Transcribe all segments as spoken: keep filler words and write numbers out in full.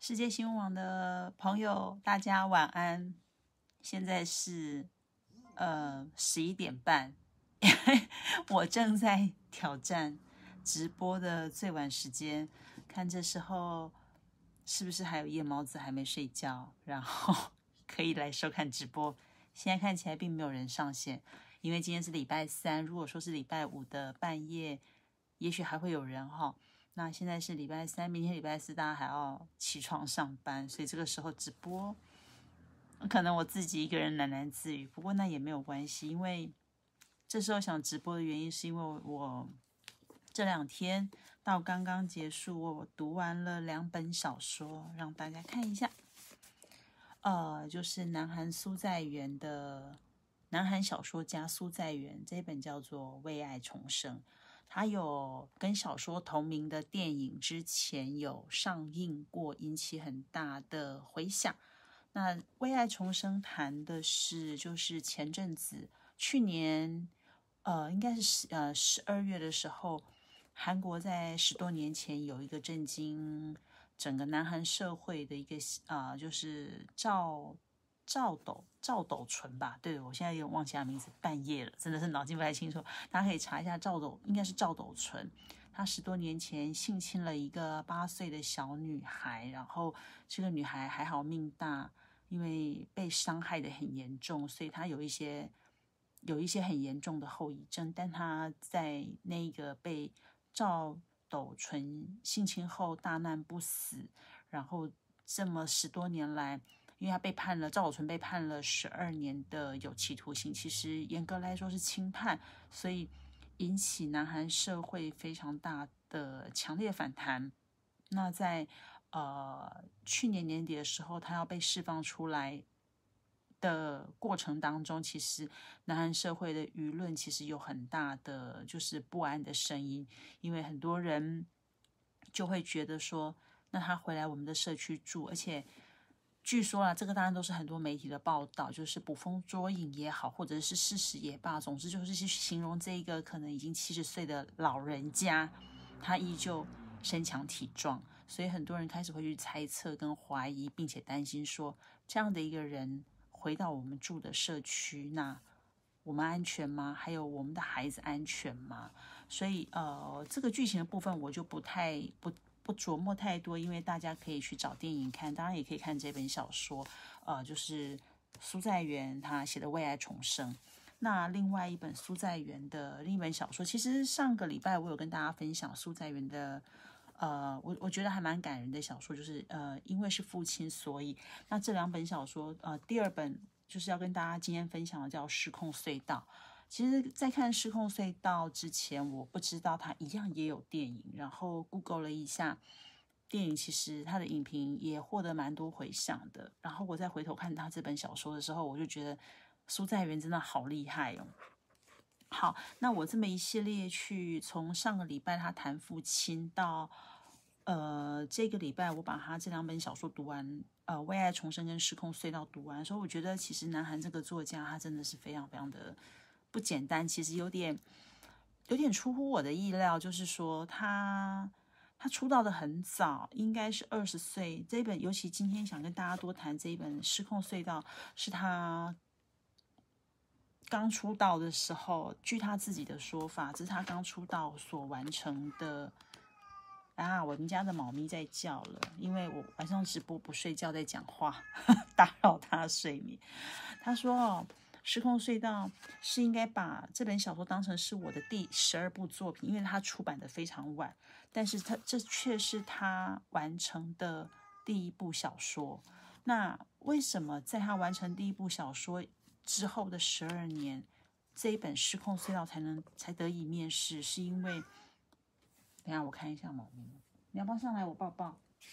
世界新闻网的朋友，大家晚安。现在是呃十一点半，我正在挑战直播的最晚时间，看这时候是不是还有夜猫子还没睡觉，然后可以来收看直播。现在看起来并没有人上线，因为今天是礼拜三，如果说是礼拜五的半夜，也许还会有人哈。那现在是礼拜三，明天礼拜四，大家还要起床上班，所以这个时候直播，可能我自己一个人喃喃自语。不过那也没有关系，因为这时候想直播的原因，是因为我这两天到刚刚结束，我读完了两本小说，让大家看一下。呃，就是南韩苏在元的南韩小说家苏在元，这本叫做《为爱重生》。他有跟小说同名的电影，之前有上映过，引起很大的回响。那《为爱重生》谈的是，就是前阵子去年，呃，应该是十呃十二月的时候，韩国在十多年前有一个震惊整个南韩社会的一个啊、呃，就是赵。赵斗赵斗淳吧，对，我现在有点忘记他名字，半夜了，真的是脑筋不太清楚。大家可以查一下赵斗，应该是赵斗淳。他十多年前性侵了一个八岁的小女孩，然后这个女孩还好命大，因为被伤害的很严重，所以她有一些有一些很严重的后遗症。但她在那个被赵斗淳性侵后大难不死，然后这么十多年来。因为他被判了，赵斗淳被判了十二年的有期徒刑，其实严格来说是轻判，所以引起南韩社会非常大的强烈反弹。那在呃去年年底的时候，他要被释放出来的过程当中，其实南韩社会的舆论其实有很大的就是不安的声音，因为很多人就会觉得说，那他回来我们的社区住，而且。据说啦，这个当然都是很多媒体的报道，就是捕风捉影也好，或者是事实也罢，总之就是去形容这一个可能已经七十岁的老人家，他依旧身强体壮，所以很多人开始会去猜测跟怀疑，并且担心说，这样的一个人回到我们住的社区，那我们安全吗？还有我们的孩子安全吗？所以呃，这个剧情的部分我就不太不。不琢磨太多，因为大家可以去找电影看，当然也可以看这本小说，呃，就是苏在元他写的《为爱重生》。那另外一本苏在元的另一本小说，其实上个礼拜我有跟大家分享苏在元的，呃，我我觉得还蛮感人的小说，就是呃，因为是父亲，所以那这两本小说，呃，第二本就是要跟大家今天分享的叫《失控隧道》。其实，在看《失控隧道》之前，我不知道它一样也有电影。然后 Google 了一下，电影其实它的影评也获得蛮多回响的。然后我再回头看他这本小说的时候，我就觉得苏在元真的好厉害哦。好，那我这么一系列去，从上个礼拜他谈父亲到呃这个礼拜我把他这两本小说读完，呃，《为爱重生》跟《失控隧道》读完，所以我觉得其实南韩这个作家他真的是非常非常的。不简单，其实有点有点出乎我的意料，就是说他他出道的很早，应该是二十岁。这一本，尤其今天想跟大家多谈这一本《失控隧道》，是他刚出道的时候，据他自己的说法，这是他刚出道所完成的。啊，我们家的猫咪在叫了，因为我晚上直播不睡觉在讲话，打扰他睡眠。他说哦。失控隧道是应该把这本小说当成是我的第十二部作品，因为它出版的非常晚，但是它这却是他完成的第一部小说。那为什么在他完成第一部小说之后的十二年，这一本失控隧道才能才得以面世？是因为，等一下我看一下猫咪，你要不要上来我抱抱？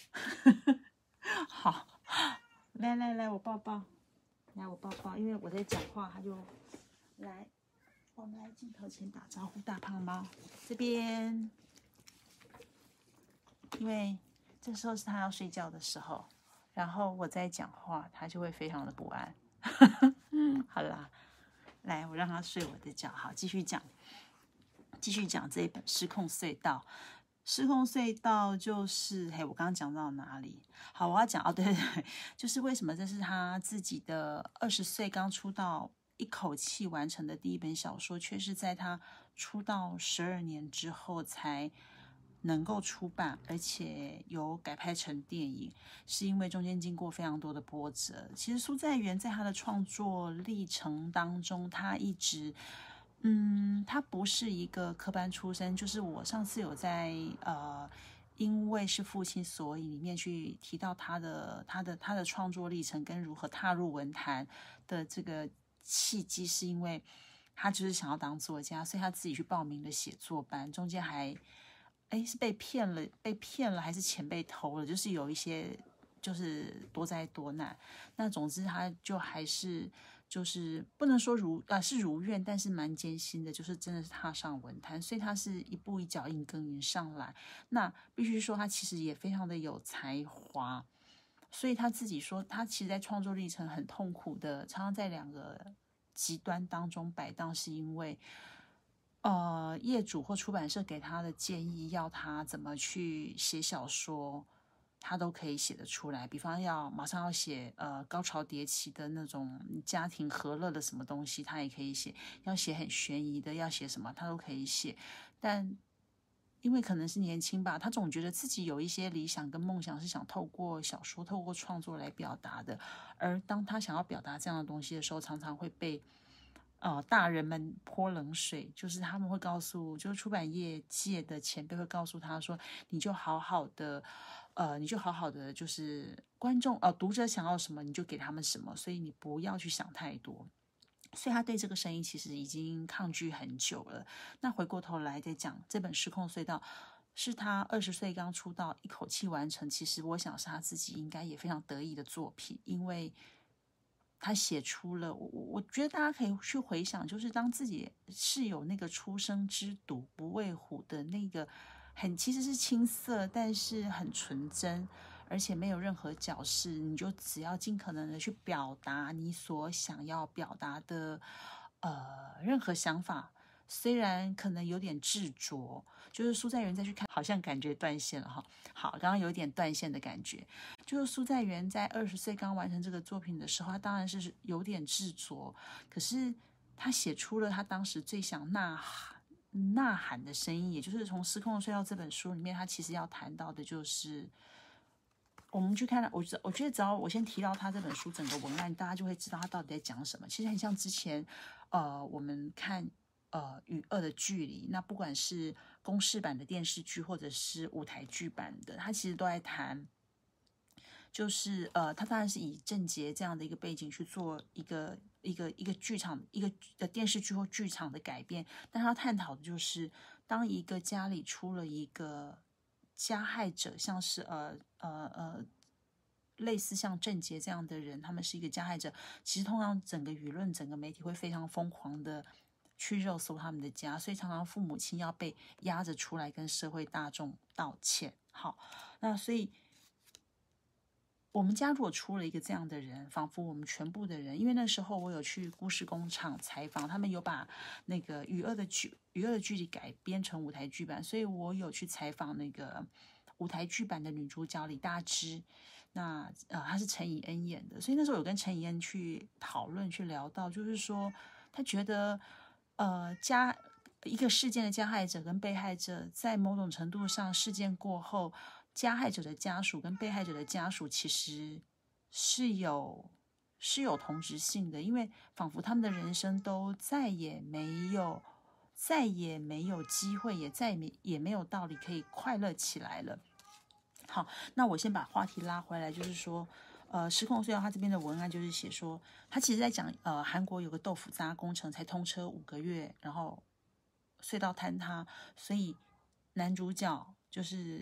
好，来来来，我抱抱。来，我抱抱，因为我在讲话，他就来，我们来镜头前打招呼，大胖猫这边，因为这时候是他要睡觉的时候，然后我在讲话，他就会非常的不安。好啦，来，我让他睡我的觉，好，继续讲，继续讲这一本《失控隧道》。 失控隧道就是嘿，我刚刚讲到哪里？好，我要讲哦，对对对，就是为什么这是他自己的二十岁刚出道，一口气完成的第一本小说，却是在他出道十二年之后才能够出版，而且有改拍成电影，是因为中间经过非常多的波折。其实苏在元在他的创作历程当中，他一直。嗯，他不是一个科班出身，就是我上次有在呃，因为是父亲，所以里面去提到他的他的他的创作历程跟如何踏入文坛的这个契机，是因为他就是想要当作家，所以他自己去报名了写作班，中间还哎是被骗了，被骗了还是钱被偷了，就是有一些就是多灾多难。那总之他就还是。就是不能说如啊是如愿，但是蛮艰辛的，就是真的是踏上文坛，所以他是一步一脚印耕耘上来。那必须说他其实也非常的有才华，所以他自己说他其实在创作历程很痛苦的，常常在两个极端当中摆荡，是因为呃业主或出版社给他的建议要他怎么去写小说。他都可以写得出来，比方要马上要写呃高潮迭起的那种家庭和乐的什么东西，他也可以写；要写很悬疑的，要写什么他都可以写。但因为可能是年轻吧，他总觉得自己有一些理想跟梦想是想透过小说、透过创作来表达的。而当他想要表达这样的东西的时候，常常会被呃大人们泼冷水，就是他们会告诉，就是出版业界的前辈会告诉他说，你就好好的。呃，你就好好的，就是观众呃读者想要什么，你就给他们什么，所以你不要去想太多。所以他对这个声音其实已经抗拒很久了。那回过头来再讲这本《失控隧道》，是他二十岁刚出道，一口气完成。其实我想是他自己应该也非常得意的作品，因为他写出了我，我觉得大家可以去回想，就是当自己是有那个初生之犊不畏虎的那个。很其实是青涩，但是很纯真，而且没有任何矫饰。你就只要尽可能的去表达你所想要表达的，呃，任何想法。虽然可能有点执着，就是苏在元再去看，好像感觉断线了哈。好，刚刚有点断线的感觉。就是苏在元在二十岁刚完成这个作品的时候，他当然是有点执着，可是他写出了他当时最想呐喊。呐喊的声音，也就是从《失控的隧道》这本书里面，他其实要谈到的就是，我们去看了，我我觉得只要我先提到他这本书整个文案，大家就会知道他到底在讲什么。其实很像之前，呃，我们看呃《与恶的距离》，那不管是公视版的电视剧，或者是舞台剧版的，他其实都在谈。就是呃，他当然是以郑捷这样的一个背景去做一个一个一个剧场一个的电视剧或剧场的改变，但他探讨的就是当一个家里出了一个加害者，像是呃呃呃类似像郑捷这样的人，他们是一个加害者，其实通常整个舆论整个媒体会非常疯狂的去热搜他们的家，所以常常父母亲要被压着出来跟社会大众道歉。好，那所以。我们家如果出了一个这样的人，仿佛我们全部的人，因为那时候我有去故事工厂采访，他们有把那个《与恶的剧》《与恶的距离》改编成舞台剧版，所以我有去采访那个舞台剧版的女主角李大芝，那呃她是陈以恩演的，所以那时候有跟陈以恩去讨论去聊到，就是说她觉得呃加一个事件的加害者跟被害者在某种程度上，事件过后。加害者的家属跟被害者的家属其实是有是有同质性的，因为仿佛他们的人生都再也没有再也没有机会，也再也没也没有道理可以快乐起来了。好，那我先把话题拉回来，就是说，呃，失控隧道他这边的文案就是写说，他其实在讲，呃，韩国有个豆腐渣工程才通车五个月，然后隧道坍塌，所以男主角就是。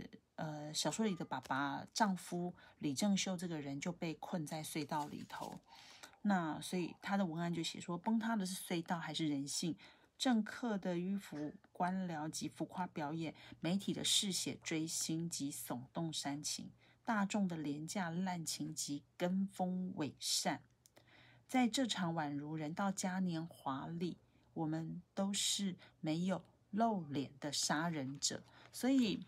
呃，小说里的爸爸丈夫李正秀这个人就被困在隧道里头，那所以他的文案就写说，崩塌的是隧道还是人性？政客的迂腐官僚及浮夸表演，媒体的嗜血追星及耸动煽情，大众的廉价滥情及跟风伪善，在这场宛如人到嘉年华里，我们都是没有露脸的杀人者，所以。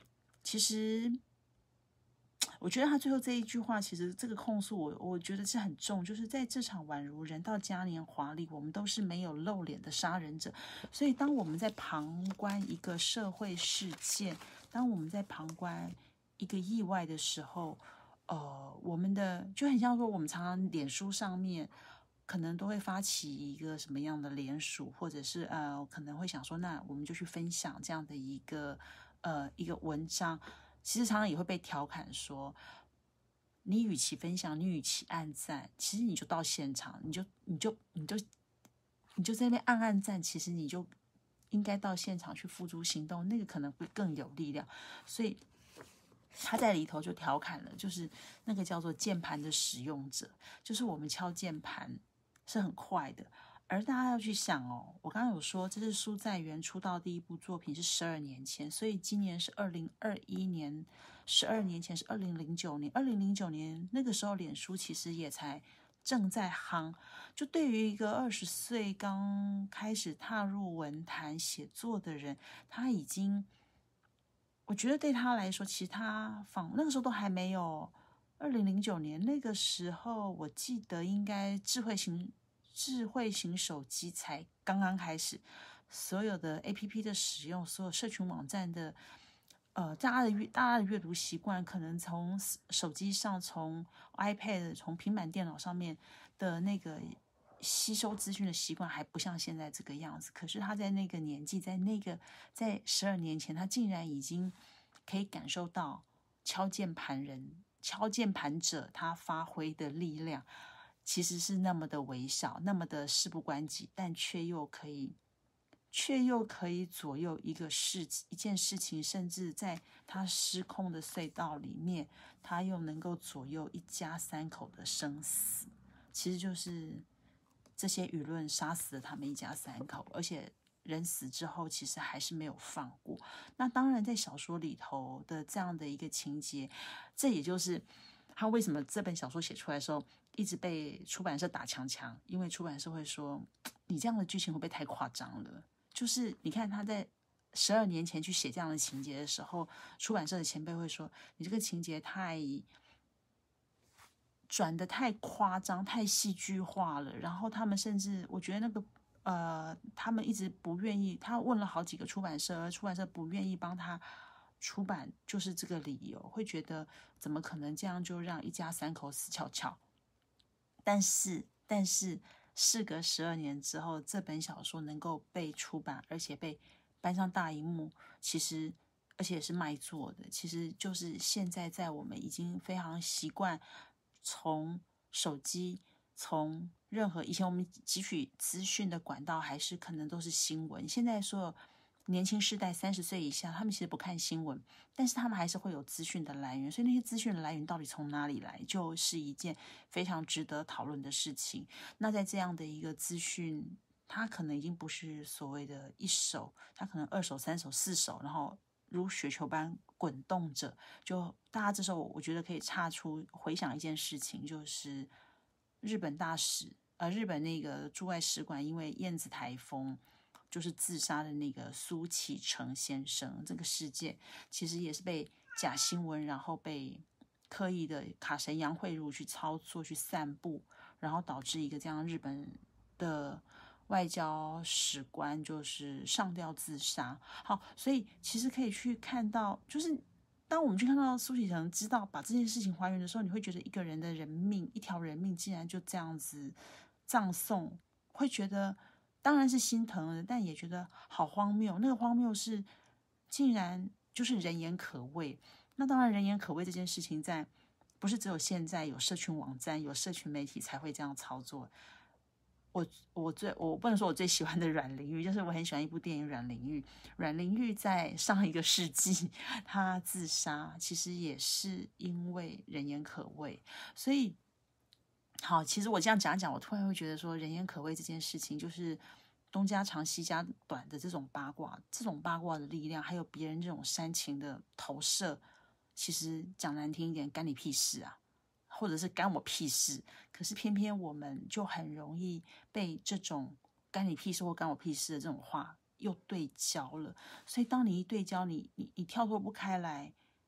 其实我觉得他最后这一句话，其实这个控诉我我觉得是很重，就是在这场宛如人到嘉年华里，我们都是没有露脸的杀人者。所以当我们在旁观一个社会事件，当我们在旁观一个意外的时候，呃，我们的就很像说，我们常常脸书上面可能都会发起一个什么样的联署，或者是呃，可能会想说，那我们就去分享这样的一个呃一个文章。其实常常也会被调侃说，你与其分享，你与其按赞，其实你就到现场，你就你就你就你就在那边按按赞，其实你就应该到现场去付诸行动，那个可能会更有力量。所以他在里头就调侃了，就是那个叫做键盘的使用者，就是我们敲键盘是很快的，而大家要去想哦，我刚刚有说这是苏在元出道第一部作品是十二年前，所以今年是二零二一年，十二年前是二零零九年，二零零九年那个时候脸书其实也才正在夯，就对于一个二十岁刚开始踏入文坛写作的人，他已经。我觉得对他来说，其实他访那个时候都还没有。二零零九年那个时候，我记得应该智慧型智慧型手机才刚刚开始，所有的 A P P 的使用，所有社群网站的，呃，大家的阅大家的阅读习惯，可能从手机上、从 iPad、从平板电脑上面的那个吸收资讯的习惯还不像现在这个样子，可是他在那个年纪，在那个在十二年前，他竟然已经可以感受到敲键盘人、敲键盘者他发挥的力量，其实是那么的微小，那么的事不关己，但却又可以，却又可以左右一个事一件事情，甚至在他失控的隧道里面，他又能够左右一家三口的生死，其实就是。这些舆论杀死了他们一家三口，而且人死之后其实还是没有放过。那当然，在小说里头的这样的一个情节，这也就是他为什么这本小说写出来的时候一直被出版社打墙墙，因为出版社会说你这样的剧情会不会太夸张了？就是你看他在十二年前去写这样的情节的时候，出版社的前辈会说你这个情节太。转得太夸张、太戏剧化了，然后他们甚至，我觉得那个呃，他们一直不愿意。他问了好几个出版社，而出版社不愿意帮他出版，就是这个理由，会觉得怎么可能这样就让一家三口死翘翘？但是，但是事隔十二年之后，这本小说能够被出版，而且被搬上大荧幕，其实而且是卖座的，其实就是现在在我们已经非常习惯。从手机，从任何以前我们汲取资讯的管道，还是可能都是新闻。现在所有年轻世代三十岁以下，他们其实不看新闻，但是他们还是会有资讯的来源。所以那些资讯的来源到底从哪里来，就是一件非常值得讨论的事情。那在这样的一个资讯，它可能已经不是所谓的一手，它可能二手、三手、四手，然后。如雪球般滚动着，就大家这时候我觉得可以岔出回想一件事情，就是日本大使呃日本那个驻外使馆因为燕子台风就是自杀的那个苏启成先生，这个事件其实也是被假新闻，然后被刻意的卡神杨惠如去操作去散布，然后导致一个这样日本的。外交使官就是上吊自杀。好，所以其实可以去看到，就是当我们去看到苏启成知道把这件事情还原的时候，你会觉得一个人的人命，一条人命竟然就这样子葬送，会觉得当然是心疼的，但也觉得好荒谬。那个荒谬是竟然就是人言可畏。那当然人言可畏这件事情在不是只有现在有社群网站有社群媒体才会这样操作。我我最我不能说我最喜欢的阮玲玉，就是我很喜欢一部电影《阮玲玉》。阮玲玉在上一个世纪，她自杀，其实也是因为人言可畏。所以，好，其实我这样讲讲，我突然会觉得说，人言可畏这件事情，就是东家长西家短的这种八卦，这种八卦的力量，还有别人这种煽情的投射，其实讲难听一点，干你屁事啊！或者是干我屁事，可是偏偏我们就很容易被这种干你屁事或干我屁事的这种话又对焦了。所以当你一对焦，你你你跳脱不开来，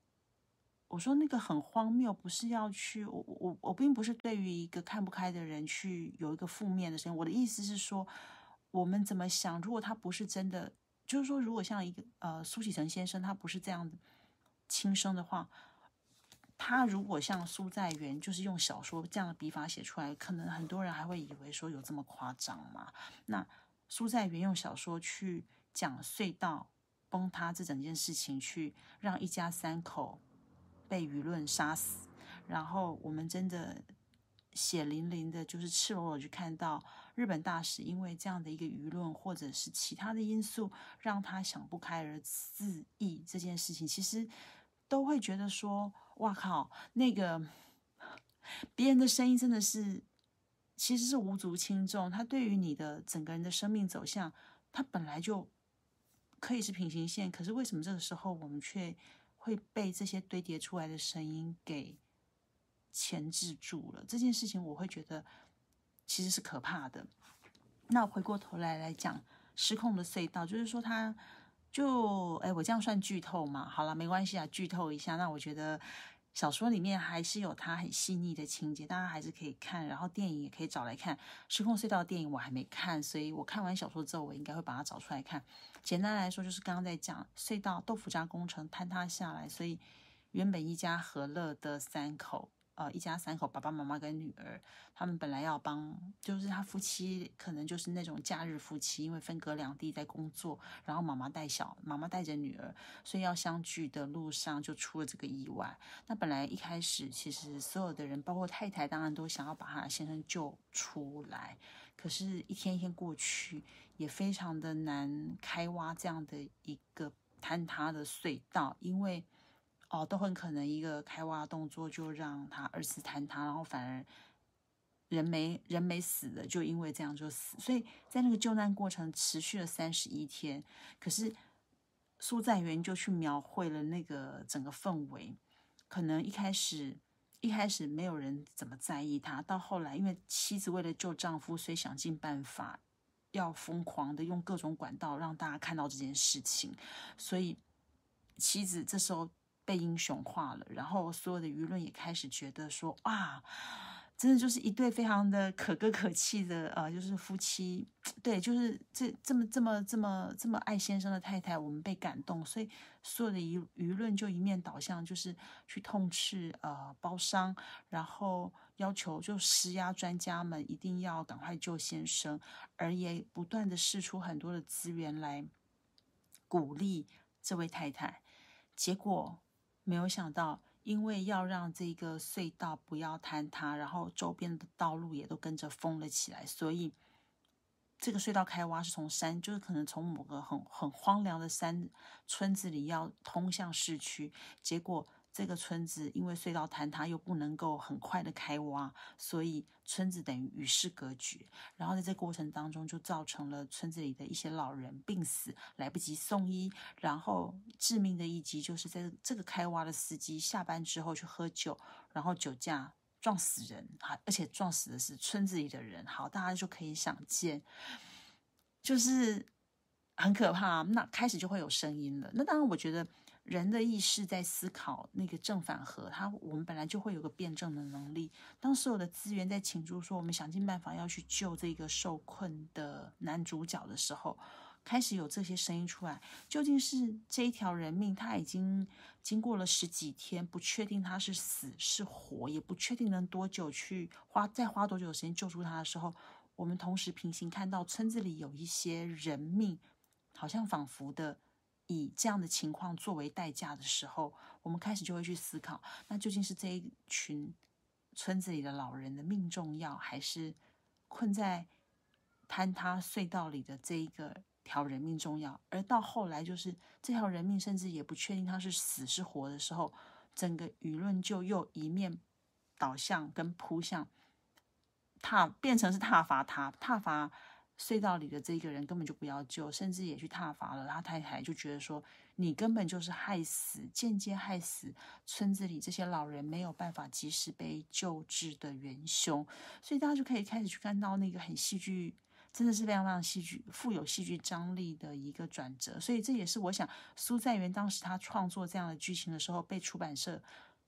我说那个很荒谬，不是要去我我我并不是对于一个看不开的人去有一个负面的声音，我的意思是说，我们怎么想，如果他不是真的，就是说，如果像一个呃苏启成先生，他不是这样的轻生的话，他如果像苏在元，就是用小说这样的笔法写出来，可能很多人还会以为说有这么夸张吗？那苏在元用小说去讲隧道崩塌这整件事情，去让一家三口被舆论杀死，然后我们真的血淋淋的，就是赤裸裸去看到日本大使因为这样的一个舆论或者是其他的因素，让他想不开而自缢这件事情，其实都会觉得说，哇靠，那个别人的声音真的是其实是无足轻重，他对于你的整个人的生命走向，他本来就可以是平行线，可是为什么这个时候我们却会被这些堆叠出来的声音给钳制住了？这件事情我会觉得其实是可怕的。那回过头来来讲失控的隧道，就是说它就哎，我这样算剧透吗？好了，没关系啊，剧透一下。那我觉得小说里面还是有它很细腻的情节，大家还是可以看，然后电影也可以找来看。失控隧道的电影我还没看，所以我看完小说之后，我应该会把它找出来看。简单来说，就是刚刚在讲隧道豆腐渣工程坍塌下来，所以原本一家和乐的三口。呃，一家三口，爸爸妈妈跟女儿，他们本来要帮，就是他夫妻可能就是那种假日夫妻，因为分隔两地在工作，然后妈妈带小，妈妈带着女儿，所以要相聚的路上就出了这个意外。那本来一开始其实所有的人，包括太太，当然都想要把他的先生救出来，可是一天一天过去，也非常的难开挖这样的一个坍塌的隧道，因为哦，都很可能一个开挖动作就让他二次坍塌，然后反而人没人没死的，就因为这样就死。所以在那个救难过程持续了三十一天，可是苏在元就去描绘了那个整个氛围。可能一开始一开始没有人怎么在意他，到后来因为妻子为了救丈夫，所以想尽办法要疯狂的用各种管道让大家看到这件事情，所以妻子这时候被英雄化了，然后所有的舆论也开始觉得说，哇，真的就是一对非常的可歌可泣的呃，就是夫妻，对，就是这这么这么这么这么爱先生的太太，我们被感动，所以所有的舆舆论就一面倒向，就是去痛斥呃包商，然后要求就施压专家们一定要赶快救先生，而也不断的释出很多的资源来鼓励这位太太，结果没有想到，因为要让这个隧道不要坍塌，然后周边的道路也都跟着封了起来，所以这个隧道开挖是从山，就是可能从某个很很荒凉的山村子里要通向市区，结果这个村子因为隧道坍塌又不能够很快的开挖，所以村子等于与世隔绝。然后在这过程当中，就造成了村子里的一些老人病死，来不及送医。然后致命的一击就是在这个开挖的司机下班之后去喝酒，然后酒驾撞死人，而且撞死的是村子里的人。好，大家就可以想见，就是很可怕。那开始就会有声音了。那当然，我觉得人的意识在思考那个正反合，他我们本来就会有个辩证的能力。当所有的资源在倾注说我们想尽办法要去救这个受困的男主角的时候，开始有这些声音出来。究竟是这一条人命，他已经经过了十几天，不确定他是死是活，也不确定能多久去花再花多久的时间救出他的时候，我们同时平行看到村子里有一些人命，好像仿佛的以这样的情况作为代价的时候，我们开始就会去思考，那究竟是这一群村子里的老人的命重要，还是困在坍塌隧道里的这一个条人命重要？而到后来，就是这条人命甚至也不确定他是死是活的时候，整个舆论就又一面倒向跟扑向踏，变成是挞伐他，挞伐隧道里的这个人根本就不要救，甚至也去挞伐了他太太，就觉得说你根本就是害死，间接害死村子里这些老人没有办法及时被救治的元凶。所以大家就可以开始去看到那个很戏剧，真的是非常非常戏剧富有戏剧张力的一个转折。所以这也是我想苏在元当时他创作这样的剧情的时候，被出版社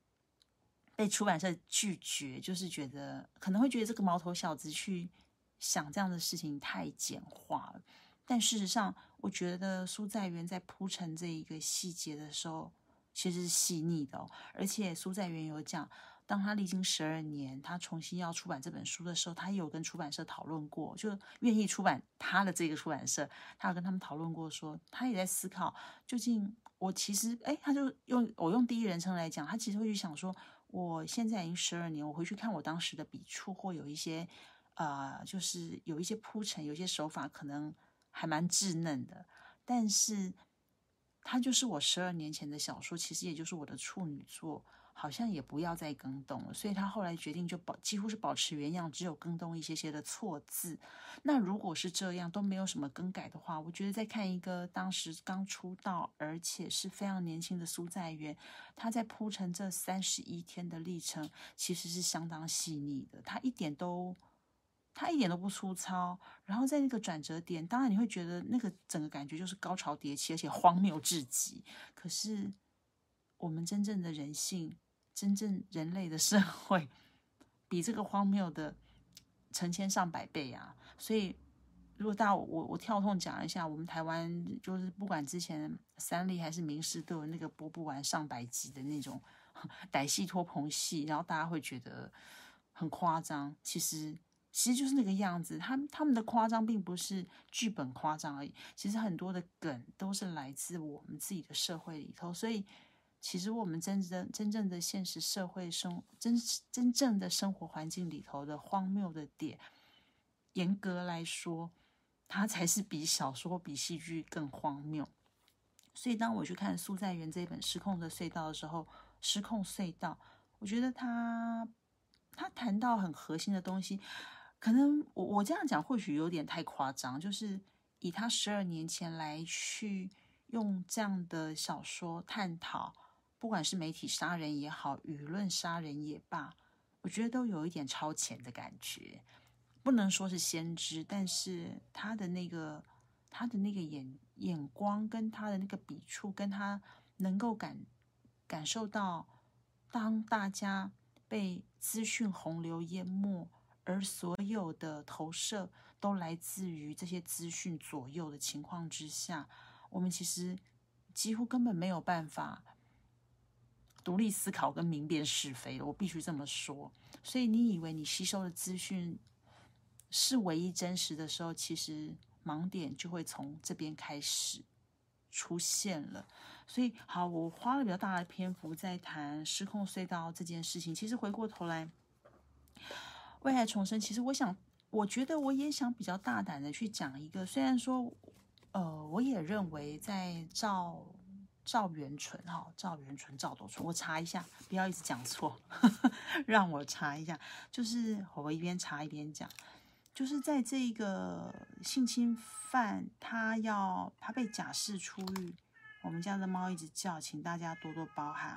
被出版社拒绝，就是觉得可能会觉得这个毛头小子去想这样的事情太简化了。但事实上，我觉得苏在元在铺陈这一个细节的时候，其实是细腻的哦。而且苏在元有讲，当他历经十二年，他重新要出版这本书的时候，他有跟出版社讨论过，就愿意出版他的这个出版社，他有跟他们讨论过说，他也在思考，究竟我其实，哎，他就用我用第一人称来讲，他其实会去想说，我现在已经十二年，我回去看我当时的笔触，或有一些，呃，就是有一些铺陈，有一些手法可能还蛮稚嫩的，但是它就是我十二年前的小说，其实也就是我的处女作，好像也不要再更动了，所以他后来决定就保几乎是保持原样，只有更动一些些的错字。那如果是这样都没有什么更改的话，我觉得再看一个当时刚出道而且是非常年轻的苏在元，他在铺陈这三十一天的历程，其实是相当细腻的，他一点都。他一点都不粗糙，然后在那个转折点，当然你会觉得那个整个感觉就是高潮迭起，而且荒谬至极。可是我们真正的人性，真正人类的社会，比这个荒谬的成千上百倍啊！所以，如果大家我我跳痛讲一下，我们台湾就是不管之前三立还是民视都有那个播不完上百集的那种歹戏拖棚戏，然后大家会觉得很夸张，其实。其实就是那个样子，他们他们的夸张并不是剧本夸张而已，其实很多的梗都是来自我们自己的社会里头，所以其实我们真正真正的现实社会生真真正的生活环境里头的荒谬的点，严格来说，它才是比小说比戏剧更荒谬。所以当我去看苏在元这本《失控的隧道》的时候，《失控隧道》，我觉得他他谈到很核心的东西。可能我我这样讲或许有点太夸张，就是以他十二年前来去用这样的小说探讨，不管是媒体杀人也好，舆论杀人也罢，我觉得都有一点超前的感觉。不能说是先知，但是他的那个他的那个眼眼光跟他的那个笔触，跟他能够感感受到，当大家被资讯洪流淹没。而所有的投射都来自于这些资讯左右的情况之下，我们其实几乎根本没有办法独立思考跟明辨是非的，我必须这么说。所以你以为你吸收的资讯是唯一真实的时候，其实盲点就会从这边开始出现了。所以好，我花了比较大的篇幅在谈失控隧道这件事情，其实回过头来未来重生，其实我想，我觉得我也想比较大胆的去讲一个，虽然说，呃，我也认为在赵赵元淳哈，赵元淳、赵斗淳，我查一下，不要一直讲错，让我查一下，就是我一边查一边讲，就是在这个性侵犯他要他被假释出狱，我们家的猫一直叫，请大家多多包涵。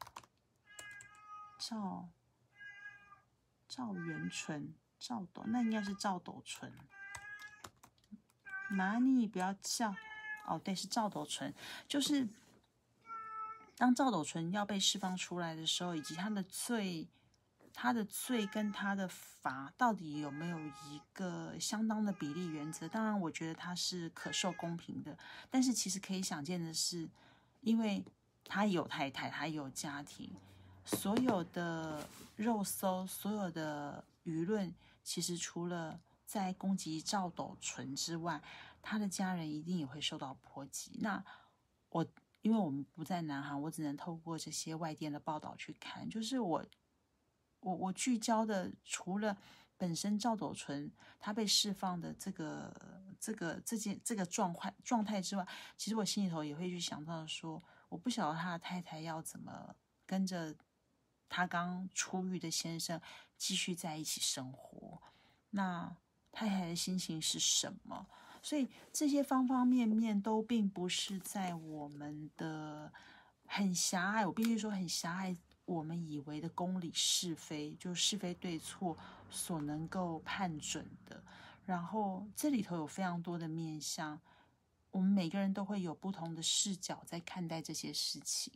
赵。赵元淳、赵斗，那应该是赵斗淳。哪里不要笑哦，对，是赵斗淳。就是当赵斗淳要被释放出来的时候，以及他的罪，他的罪跟他的罚到底有没有一个相当的比例原则？当然，我觉得他是可受公平的。但是其实可以想见的是，因为他有太太，他有家庭。所有的肉搜，所有的舆论，其实除了在攻击赵斗淳之外，他的家人一定也会受到波及。那我因为我们不在南韩，我只能透过这些外电的报道去看，就是我我我聚焦的，除了本身赵斗淳他被释放的这个这个这件这个状态状态之外，其实我心里头也会去想到说，我不晓得他的太太要怎么跟着他刚出狱的先生继续在一起生活，那太太的心情是什么？所以这些方方面面都并不是在我们的很狭隘，我必须说很狭隘，我们以为的公理是非，就是非对错所能够判准的。然后这里头有非常多的面向，我们每个人都会有不同的视角在看待这些事情。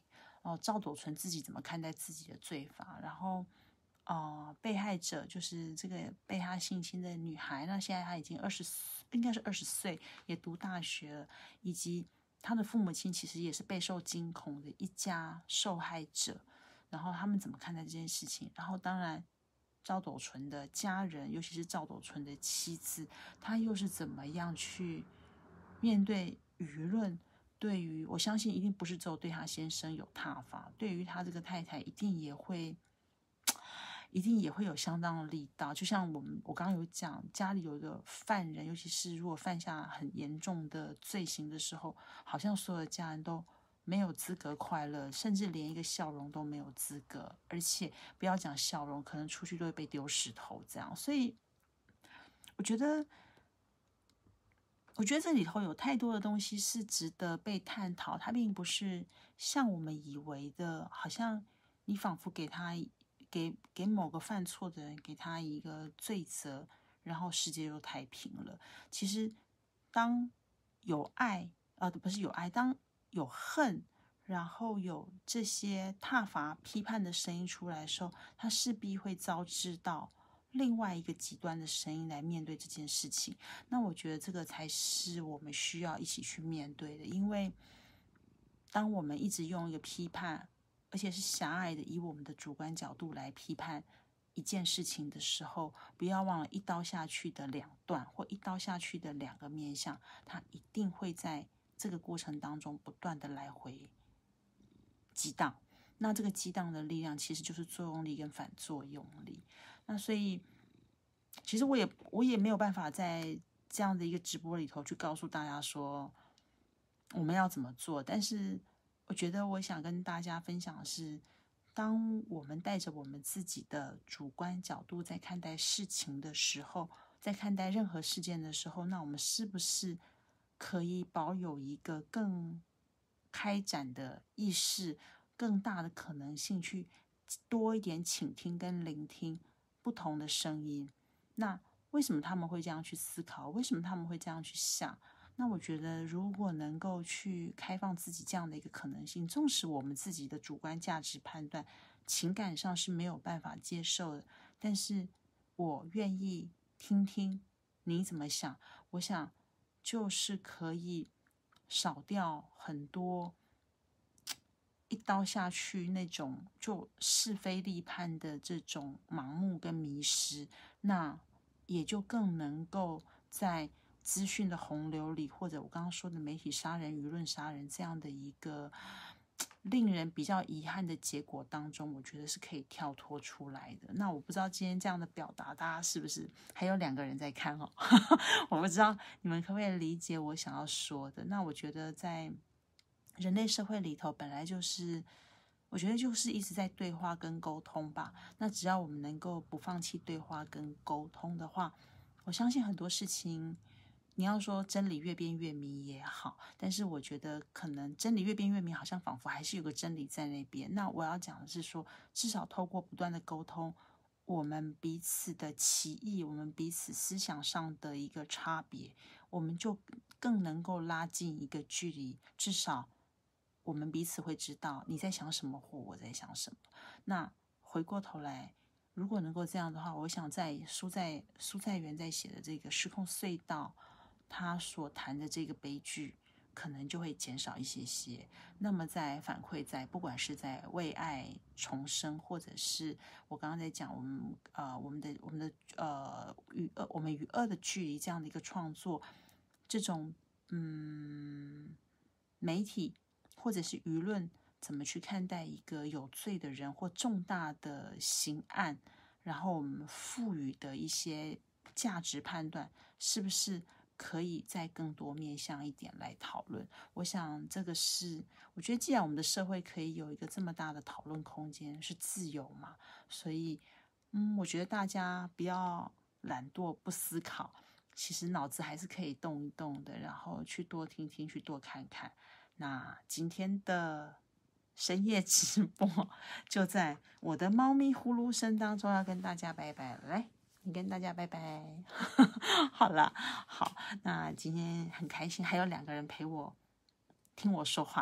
哦，赵斗淳自己怎么看待自己的罪罚，然后呃，被害者就是这个被他性侵的女孩，那现在她已经二十，应该是二十岁，也读大学了，以及她的父母亲其实也是备受惊恐的一家受害者，然后他们怎么看待这件事情？然后当然，赵斗淳的家人，尤其是赵斗淳的妻子，她又是怎么样去面对舆论？对于我相信，一定不是只有对他先生有挞伐，对于他这个太太，一定也会。一定也会有相当的力道，就像我们我刚刚有讲，家里有一个犯人，尤其是如果犯下很严重的罪行的时候，好像所有的家人都没有资格快乐，甚至连一个笑容都没有资格，而且不要讲笑容，可能出去都会被丢石头这样。所以我觉得，我觉得这里头有太多的东西是值得被探讨，它并不是像我们以为的，好像你仿佛给他。给给某个犯错的人给他一个罪责，然后世界就太平了。其实，当有爱，呃，不是有爱，当有恨，然后有这些挞伐、批判的声音出来的时候，他势必会遭致到另外一个极端的声音来面对这件事情。那我觉得这个才是我们需要一起去面对的，因为当我们一直用一个批判。而且是狭隘的，以我们的主观角度来批判一件事情的时候，不要忘了一刀下去的两段，或一刀下去的两个面向，它一定会在这个过程当中不断的来回激荡。那这个激荡的力量，其实就是作用力跟反作用力。那所以，其实我也我也没有办法在这样的一个直播里头去告诉大家说我们要怎么做，但是。我觉得我想跟大家分享的是，当我们带着我们自己的主观角度在看待事情的时候，在看待任何事件的时候，那我们是不是可以保有一个更开展的意识，更大的可能性去多一点倾听跟聆听不同的声音？那为什么他们会这样去思考？为什么他们会这样去想？那我觉得，如果能够去开放自己这样的一个可能性，纵使我们自己的主观价值判断、情感上是没有办法接受的，但是我愿意听听你怎么想。我想，就是可以少掉很多一刀下去那种就是非立判的这种盲目跟迷失，那也就更能够在。资讯的洪流里，或者我刚刚说的媒体杀人、舆论杀人这样的一个令人比较遗憾的结果当中，我觉得是可以跳脱出来的。那我不知道今天这样的表达，大家是不是还有两个人在看哦？我不知道你们可不可以理解我想要说的。那我觉得在人类社会里头，本来就是我觉得就是一直在对话跟沟通吧。那只要我们能够不放弃对话跟沟通的话，我相信很多事情。你要说真理越辩越明也好，但是我觉得可能真理越辩越明，好像仿佛还是有个真理在那边。那我要讲的是说，至少透过不断的沟通，我们彼此的歧义，我们彼此思想上的一个差别，我们就更能够拉近一个距离。至少我们彼此会知道你在想什么，或我在想什么。那回过头来。如果能够这样的话，我想在苏在苏在元在写的这个失控隧道，他所谈的这个悲剧，可能就会减少一些些。那么在反馈在不管是在为爱重生，或者是我刚刚在讲我们呃我们的我们的呃与恶我们与恶的距离这样的一个创作，这种嗯媒体或者是舆论。怎么去看待一个有罪的人或重大的刑案，然后我们赋予的一些价值判断，是不是可以再更多面向一点来讨论？我想这个是，我觉得既然我们的社会可以有一个这么大的讨论空间，是自由嘛，所以，嗯，我觉得大家不要懒惰不思考，其实脑子还是可以动一动的，然后去多听听，去多看看。那今天的。深夜直播就在我的猫咪呼噜声当中，要跟大家拜拜了。来，你跟大家拜拜。好了，好，那今天很开心，还有两个人陪我听我说话。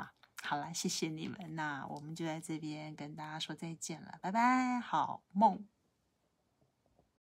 好了，谢谢你们，那我们就在这边跟大家说再见了，拜拜，好梦。